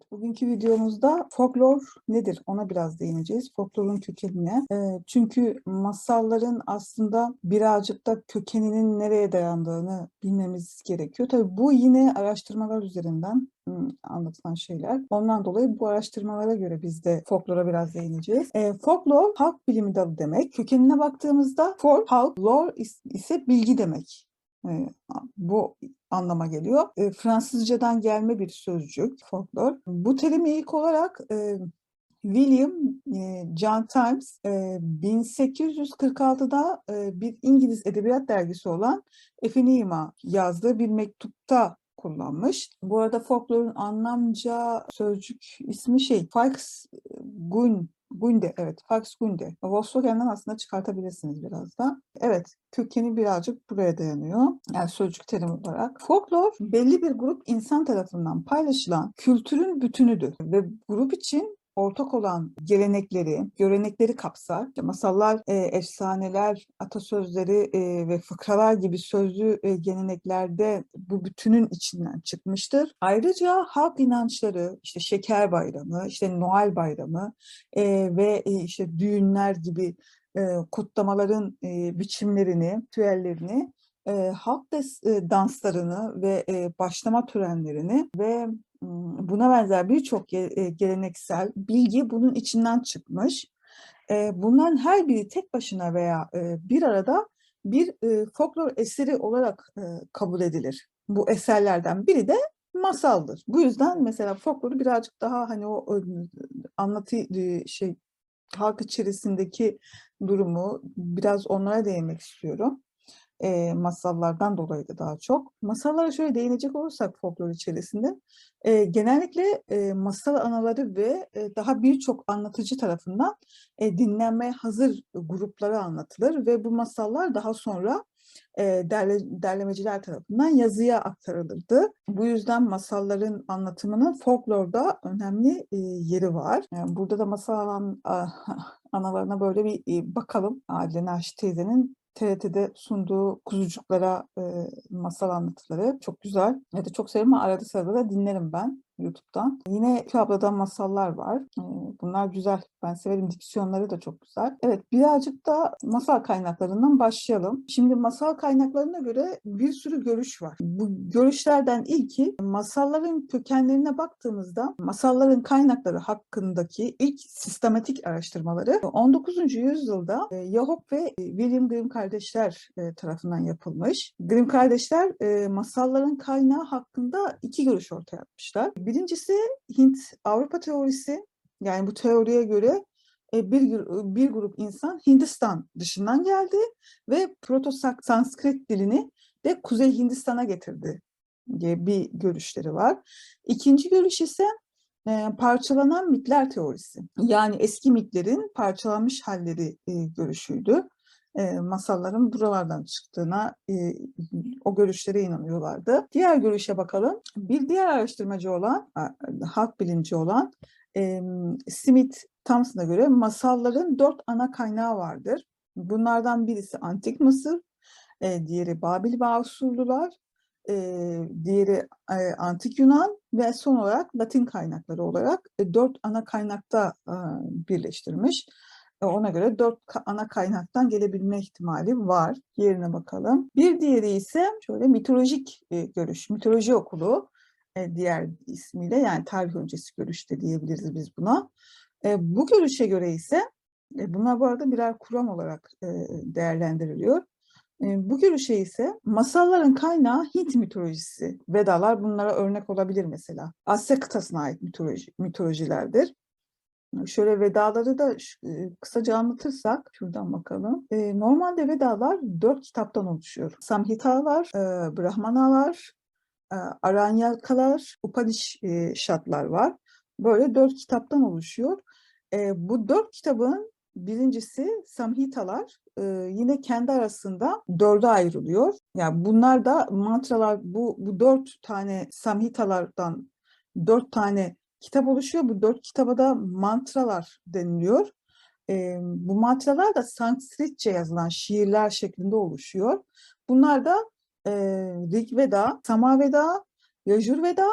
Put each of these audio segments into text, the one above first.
Bugünkü videomuzda folklor nedir? Ona biraz değineceğiz. Folklorun kökenine. Çünkü masalların aslında birazcık da kökeninin nereye dayandığını bilmemiz gerekiyor. Tabii bu yine araştırmalar üzerinden anlatılan şeyler. Ondan dolayı bu araştırmalara göre biz de folklora biraz değineceğiz. Folklor halk bilimi dalı demek. Kökenine baktığımızda folk, halk, lore ise bilgi demek. Bu anlama geliyor. Fransızcadan gelme bir sözcük folklor. Bu terimi ilk olarak William John Times 1846'da bir İngiliz edebiyat dergisi olan Efenima yazdığı bir mektupta kullanmış. Bu arada folklorun anlamca sözcük ismi Volkskunde, evet, Volkskunde. Volkswagen'den aslında çıkartabilirsiniz biraz da. Evet, kökeni birazcık buraya dayanıyor. Yani sözcük terimi olarak. Folklor belli bir grup insan tarafından paylaşılan kültürün bütünüdür ve grup için ortak olan görenekleri kapsar. Masallar, efsaneler, atasözleri ve fıkralar gibi sözlü geleneklerde bu bütünün içinden çıkmıştır. Ayrıca halk inançları, işte Şeker Bayramı, işte Noel Bayramı ve işte düğünler gibi kutlamaların biçimlerini, ritüellerini, halk danslarını ve başlama törenlerini ve buna benzer birçok geleneksel bilgi bunun içinden çıkmış. Bunların her biri tek başına veya bir arada bir folklor eseri olarak kabul edilir. Bu eserlerden biri de masaldır. Bu yüzden mesela folkloru birazcık daha hani o anlatı halk içerisindeki durumu biraz onlara değinmek istiyorum. Masallardan dolayı da daha çok. Masallara şöyle değinecek olursak folklor içerisinde genellikle masal anaları ve daha birçok anlatıcı tarafından dinlenmeye hazır gruplara anlatılır ve bu masallar daha sonra derlemeciler tarafından yazıya aktarılırdı. Bu yüzden masalların anlatımının folklorda önemli yeri var. Yani burada da masal analarına böyle bir bakalım. Adile Naşit teyzenin TRT'de sunduğu Kuzucuklara masal anlatıları çok güzel. Ya da çok severim, arada sırada da dinlerim ben YouTube'dan. Yine İki Abla'dan masallar var. Bunlar güzel. Ben severim. Diksiyonları da çok güzel. Evet, birazcık da masal kaynaklarından başlayalım. Şimdi masal kaynaklarına göre bir sürü görüş var. Bu görüşlerden ilki masalların kökenlerine baktığımızda masalların kaynakları hakkındaki ilk sistematik araştırmaları 19. yüzyılda Yahop ve William Grimm kardeşler tarafından yapılmış. Grimm kardeşler masalların kaynağı hakkında iki görüş ortaya atmışlar. Birincisi Hint-Avrupa teorisi. Yani bu teoriye göre bir grup insan Hindistan dışından geldi ve Proto-Sanskrit dilini de Kuzey Hindistan'a getirdi diye bir görüşleri var. İkinci görüş ise parçalanan mitler teorisi. Yani eski mitlerin parçalanmış halleri görüşüydü. Masalların buralardan çıktığına, o görüşlere inanıyorlardı. Diğer görüşe bakalım. Bir diğer araştırmacı olan, halk bilimci olan Smith Thompson'a göre masalların 4 ana kaynağı vardır. Bunlardan birisi Antik Mısır, diğeri Babil ve Asurlular, diğeri Antik Yunan ve son olarak Latin kaynakları olarak 4 ana kaynakta birleştirmiş. Ona göre 4 ana kaynaktan gelebilme ihtimali var. Diğerine bakalım. Bir diğeri ise şöyle mitolojik görüş, mitoloji okulu diğer ismiyle, yani tarih öncesi görüş de diyebiliriz biz buna. Bu görüşe göre ise bunlar bu arada birer kuram olarak değerlendiriliyor. Bu görüşe ise masalların kaynağı Hint mitolojisi. Vedalar bunlara örnek olabilir mesela. Asya kıtasına ait mitolojilerdir. Şöyle Vedaları da kısaca anlatırsak, şuradan bakalım. Normalde Vedalar 4 kitaptan oluşuyor. Samhitalar, Brahmanalar, Aranyakalar, Upanishadlar var. Böyle 4 kitaptan oluşuyor. Bu 4 kitabın birincisi Samhitalar yine kendi arasında 4'e ayrılıyor. Yani bunlar da mantralar, bu 4 tane Samhitalardan 4 tane kitap oluşuyor. Bu 4 kitaba da mantralar deniliyor. Bu mantralar da Sanskritçe yazılan şiirler şeklinde oluşuyor. Bunlar da Rig Veda, Samaveda, Yajurveda,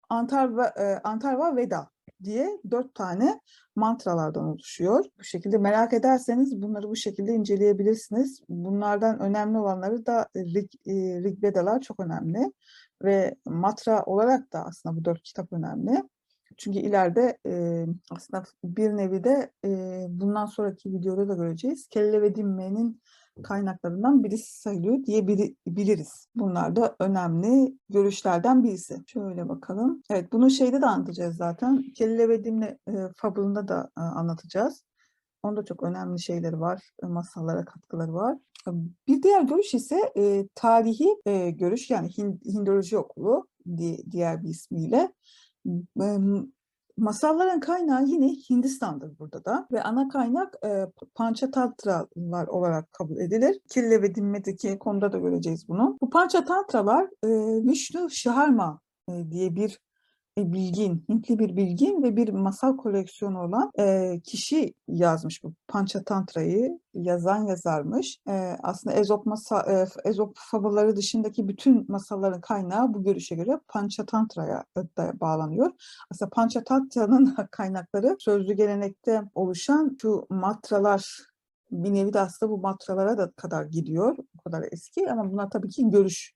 Antarva Veda diye 4 tane mantralardan oluşuyor. Bu şekilde merak ederseniz bunları bu şekilde inceleyebilirsiniz. Bunlardan önemli olanları da Rig Vedalar çok önemli ve mantra olarak da aslında bu 4 kitap önemli. Çünkü ileride aslında bir nevi de bundan sonraki videoda da göreceğiz. Kelle ve Dimme'nin kaynaklarından birisi sayılıyor diyebiliriz. Bunlar da önemli görüşlerden birisi. Şöyle bakalım. Evet, bunu şeyde de anlatacağız zaten. Kelle ve Dimne fabulunda da anlatacağız. Onda çok önemli şeyleri var. Masallara katkıları var. Bir diğer görüş ise tarihi görüş, yani Hindoloji okulu diğer bir ismiyle. Masalların kaynağı yine Hindistan'dır burada da ve ana kaynak Panchatantralar olarak kabul edilir. Kille ve Dimme'deki konuda da göreceğiz bunu. Bu Panchatantralar Vishnu Sharma diye bir Hintli bir bilgin ve bir masal koleksiyonu olan kişi yazmış bu Panchatantra'yı, yazarmış. Aslında Ezop fabulları dışındaki bütün masalların kaynağı bu görüşe göre Panchatantra'ya da bağlanıyor. Aslında Panchatantra'nın kaynakları sözlü gelenekte oluşan şu matralar, bir nevi de aslında bu matralara da kadar gidiyor. O kadar eski ama bunlar tabii ki görüş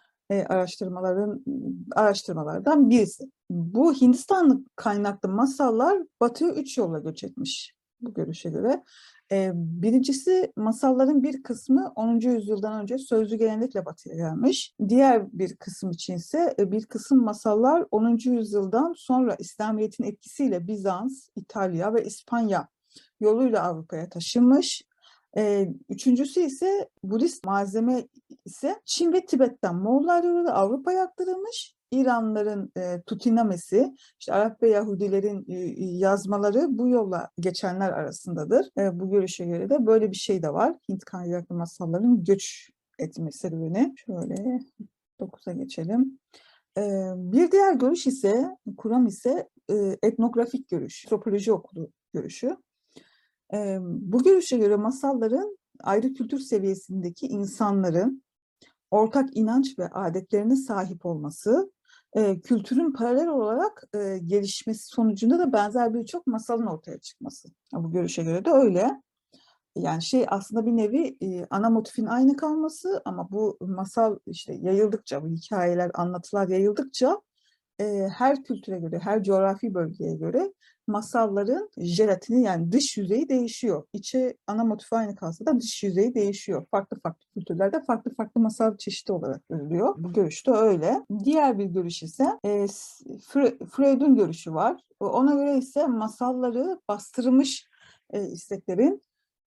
araştırmalardan birisi. Bu Hindistan kaynaklı masallar Batı'ya 3 yolla göç etmiş bu görüşe göre. Birincisi, masalların bir kısmı 10. yüzyıldan önce sözlü gelenekle Batı'ya gelmiş. Diğer bir kısım için ise bir kısım masallar 10. yüzyıldan sonra İslamiyet'in etkisiyle Bizans, İtalya ve İspanya yoluyla Avrupa'ya taşınmış. Üçüncüsü ise Budist malzeme ise Çin ve Tibet'ten Moğollar yoluyla Avrupa'ya aktarılmış. İranlıların tutinamesi, işte Arap ve Yahudilerin yazmaları bu yolla geçenler arasındadır. Bu görüşe göre de böyle bir şey de var. Hint kaynaklı masalların göç etme serüveni. Şöyle 9'a geçelim. Bir diğer görüş ise, kuram ise etnografik görüş, antropoloji okulu görüşü. Bu görüşe göre masalların ayrı kültür seviyesindeki insanların ortak inanç ve adetlerine sahip olması, kültürün paralel olarak gelişmesi sonucunda da benzer birçok masalın ortaya çıkması. Bu görüşe göre de öyle. Yani aslında bir nevi ana motifin aynı kalması ama bu masal işte yayıldıkça, bu hikayeler, anlatılar yayıldıkça her kültüre göre, her coğrafi bölgeye göre masalların jelatini, yani dış yüzeyi değişiyor. İçi ana motif aynı kalsa da dış yüzeyi değişiyor. Farklı farklı kültürlerde farklı farklı masal çeşidi olarak görülüyor. Bu görüş de öyle. Diğer bir görüş ise Freud'un görüşü var. Ona göre ise masalları bastırılmış isteklerin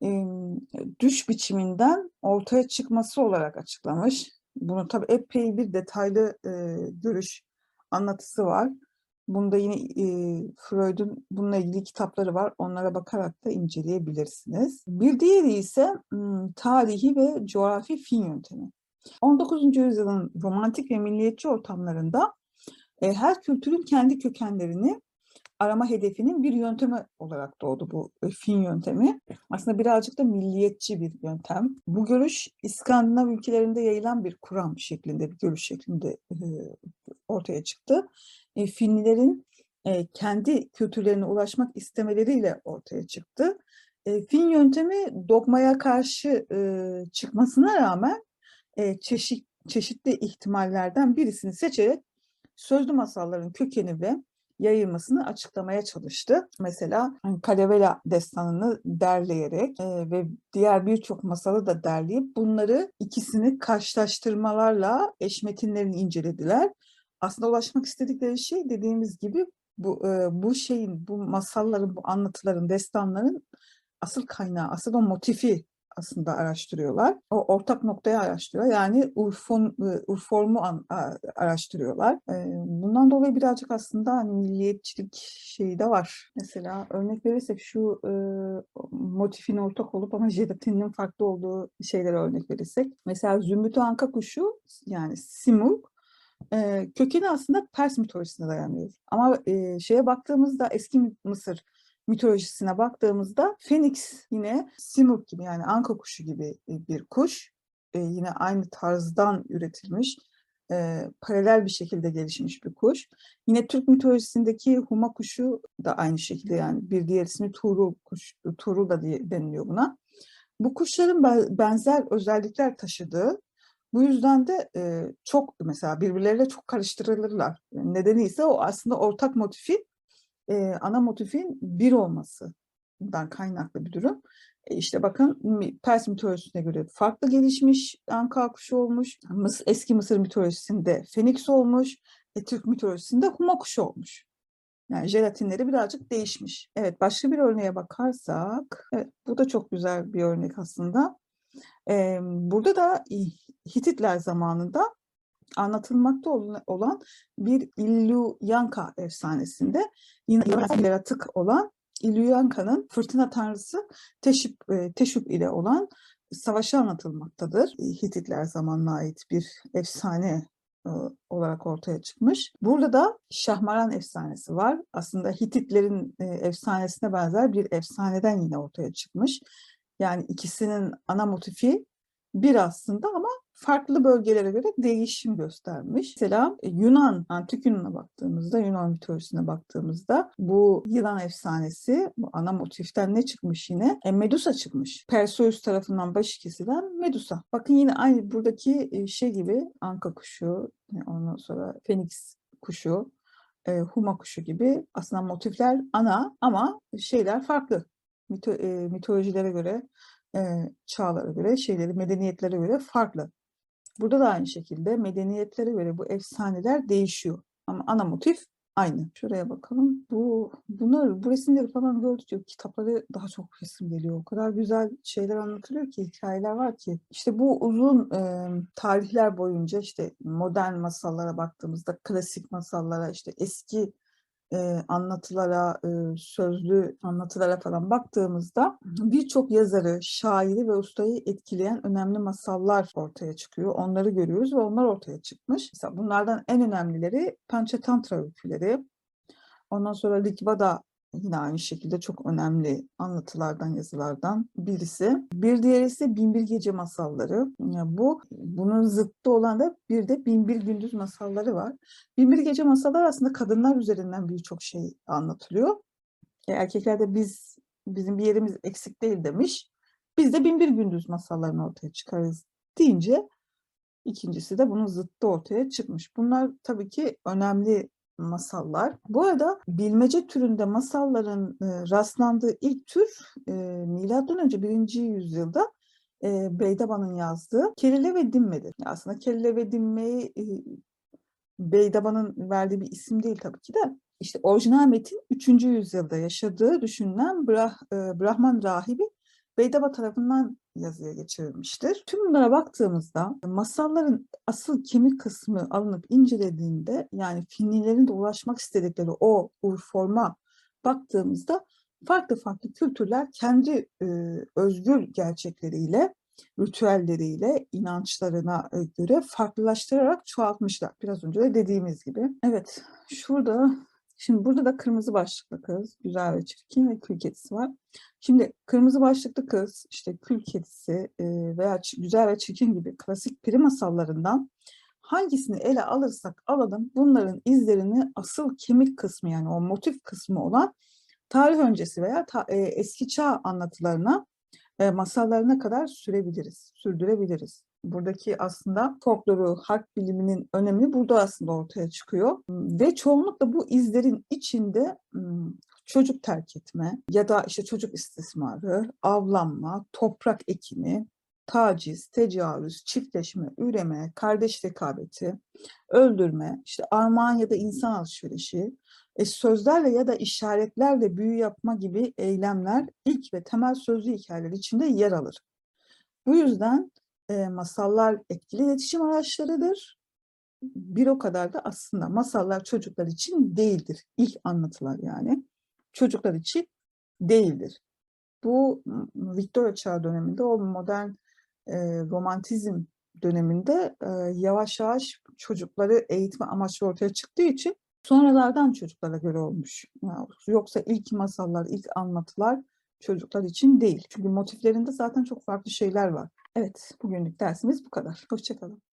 düş biçiminden ortaya çıkması olarak açıklamış. Bunu tabii epey bir detaylı görüş anlatısı var. Bunda yine Freud'un bununla ilgili kitapları var. Onlara bakarak da inceleyebilirsiniz. Bir diğeri ise tarihi ve coğrafi film yöntemi. 19. yüzyılın romantik ve milliyetçi ortamlarında her kültürün kendi kökenlerini arama hedefinin bir yöntemi olarak doğdu bu film yöntemi. Aslında birazcık da milliyetçi bir yöntem. Bu görüş İskandinav ülkelerinde yayılan bir kuram şeklinde, bir görüş şeklinde ortaya çıktı. Finlilerin kendi kültürlerine ulaşmak istemeleriyle ortaya çıktı. Film yöntemi dogmaya karşı çıkmasına rağmen çeşitli ihtimallerden birisini seçerek sözlü masalların kökeni ve yayılmasını açıklamaya çalıştı. Mesela Kalevala destanını derleyerek ve diğer birçok masalı da derleyip bunları ikisini karşılaştırmalarla eşmetinlerini incelediler. Aslında ulaşmak istedikleri şey, dediğimiz gibi, bu masalların, bu anlatıların, destanların asıl kaynağı, asıl o motifi aslında araştırıyorlar. O ortak noktayı araştırıyorlar. Yani urformu araştırıyorlar. Bundan dolayı birazcık aslında hani milliyetçilik şeyi de var. Mesela örnek verirsek şu motifin ortak olup ama jelatinin farklı olduğu şeylere örnek verirsek. Mesela Zümbütü Anka kuşu, yani simurg, kökeni aslında Pers mitolojisine dayanıyor. Ama şeye baktığımızda, eski Mısır mitolojisine baktığımızda Phoenix yine simurg gibi, yani anka kuşu gibi bir kuş. Yine aynı tarzdan üretilmiş. paralel bir şekilde gelişmiş bir kuş. Yine Türk mitolojisindeki huma kuşu da aynı şekilde, yani bir diğer ismi Tuğrul kuş, Tuğrul da deniliyor buna. Bu kuşların benzer özellikler taşıdığı, bu yüzden de çok mesela birbirleriyle çok karıştırılırlar. Nedeni ise o aslında ortak motifin, ana motifin bir olmasından kaynaklı bir durum. İşte bakın, Pers mitolojisine göre farklı gelişmiş anka kuşu olmuş. Eski Mısır mitolojisinde Feniks olmuş. Türk mitolojisinde huma kuşu olmuş. Yani jelatinleri birazcık değişmiş. Evet, başka bir örneğe bakarsak, evet, bu da çok güzel bir örnek aslında. Burada da Hititler zamanında anlatılmakta olan bir İllüyanka efsanesinde yine yaratık olan İllüyanka'nın fırtına tanrısı Teşup ile olan savaşı anlatılmaktadır. Hititler zamanına ait bir efsane olarak ortaya çıkmış. Burada da Şahmaran efsanesi var. Aslında Hititlerin efsanesine benzer bir efsaneden yine ortaya çıkmış. Yani ikisinin ana motifi bir aslında, ama farklı bölgelere göre değişim göstermiş. Mesela Antik Yunan'a baktığımızda, Yunan mitolojisine baktığımızda bu yılan efsanesi, bu ana motiften ne çıkmış yine? Medusa çıkmış. Perseus tarafından başı kesilen Medusa. Bakın yine aynı buradaki şey gibi, anka kuşu, ondan sonra Feniks kuşu, huma kuşu gibi aslında motifler ana, ama şeyler farklı. Mitolojilere göre, çağlara göre, medeniyetlere göre farklı. Burada da aynı şekilde medeniyetlere göre bu efsaneler değişiyor. Ama ana motif aynı. Şuraya bakalım. Bu resimleri falan gördükçe kitapları daha çok resim geliyor. O kadar güzel şeyler anlatılıyor ki, hikayeler var ki. İşte bu uzun tarihler boyunca, işte modern masallara baktığımızda, klasik masallara, işte eski anlatılara, sözlü anlatılara falan baktığımızda birçok yazarı, şairi ve ustayı etkileyen önemli masallar ortaya çıkıyor. Onları görüyoruz ve onlar ortaya çıkmış. Mesela bunlardan en önemlileri Panchatantra öyküleri. Ondan sonra Rigveda yine aynı şekilde çok önemli anlatılardan, yazılardan birisi. Bir diğeri ise Binbir Gece masalları. Yani bunun zıttı olan da bir de Binbir Gündüz masalları var. Binbir Gece masalları aslında kadınlar üzerinden birçok şey anlatılıyor. Erkeklerde bizim bir yerimiz eksik değil demiş. Biz de Binbir Gündüz masallarını ortaya çıkarız deyince, İkincisi de bunun zıttı ortaya çıkmış. Bunlar tabii ki önemli masallar. Bu arada bilmece türünde masalların rastlandığı ilk tür Milattan önce 1. yüzyılda Beydaba'nın yazdığı Kelile ve Dimme'dir. Aslında Kelile ve Dimme'yi Beydaba'nın verdiği bir isim değil tabii ki de. İşte orijinal metin 3. yüzyılda yaşadığı düşünülen Brahman rahibi Beydaba tarafından yazıya geçirilmiştir. Tüm bunlara baktığımızda masalların asıl kemik kısmı alınıp incelediğinde, yani Finlilerin de ulaşmak istedikleri o urforma baktığımızda, farklı farklı kültürler kendi özgür gerçekleriyle, ritüelleriyle, inançlarına göre farklılaştırarak çoğaltmışlar. Biraz önce de dediğimiz gibi. Evet, şimdi burada da kırmızı başlıklı kız, güzel ve çirkin ve kül kedisi var. Şimdi kırmızı başlıklı kız, işte kül kedisi veya güzel ve çirkin gibi klasik peri masallarından hangisini ele alırsak alalım, bunların izlerini asıl kemik kısmı, yani o motif kısmı olan tarih öncesi veya eski çağ anlatılarına, masallarına kadar sürdürebiliriz. Buradaki aslında folkloru, halk biliminin önemi burada aslında ortaya çıkıyor. Ve çoğunlukla bu izlerin içinde çocuk terk etme ya da işte çocuk istismarı, avlanma, toprak ekimi, taciz, tecavüz, çiftleşme, üreme, kardeş rekabeti, öldürme, işte armağan ya da insan alışverişi, sözlerle ya da işaretlerle büyü yapma gibi eylemler ilk ve temel sözlü hikayeler içinde yer alır. Bu yüzden masallar etkili iletişim araçlarıdır. Bir o kadar da aslında masallar çocuklar için değildir. İlk anlatılar yani çocuklar için değildir. Bu Victoria Çağı döneminde, o modern romantizm döneminde yavaş yavaş çocukları eğitme amaçlı ortaya çıktığı için sonralardan çocuklara göre olmuş. Yani yoksa ilk masallar, ilk anlatılar çocuklar için değil. Çünkü motiflerinde zaten çok farklı şeyler var. Evet, bugünlük dersimiz bu kadar. Hoşça kalın.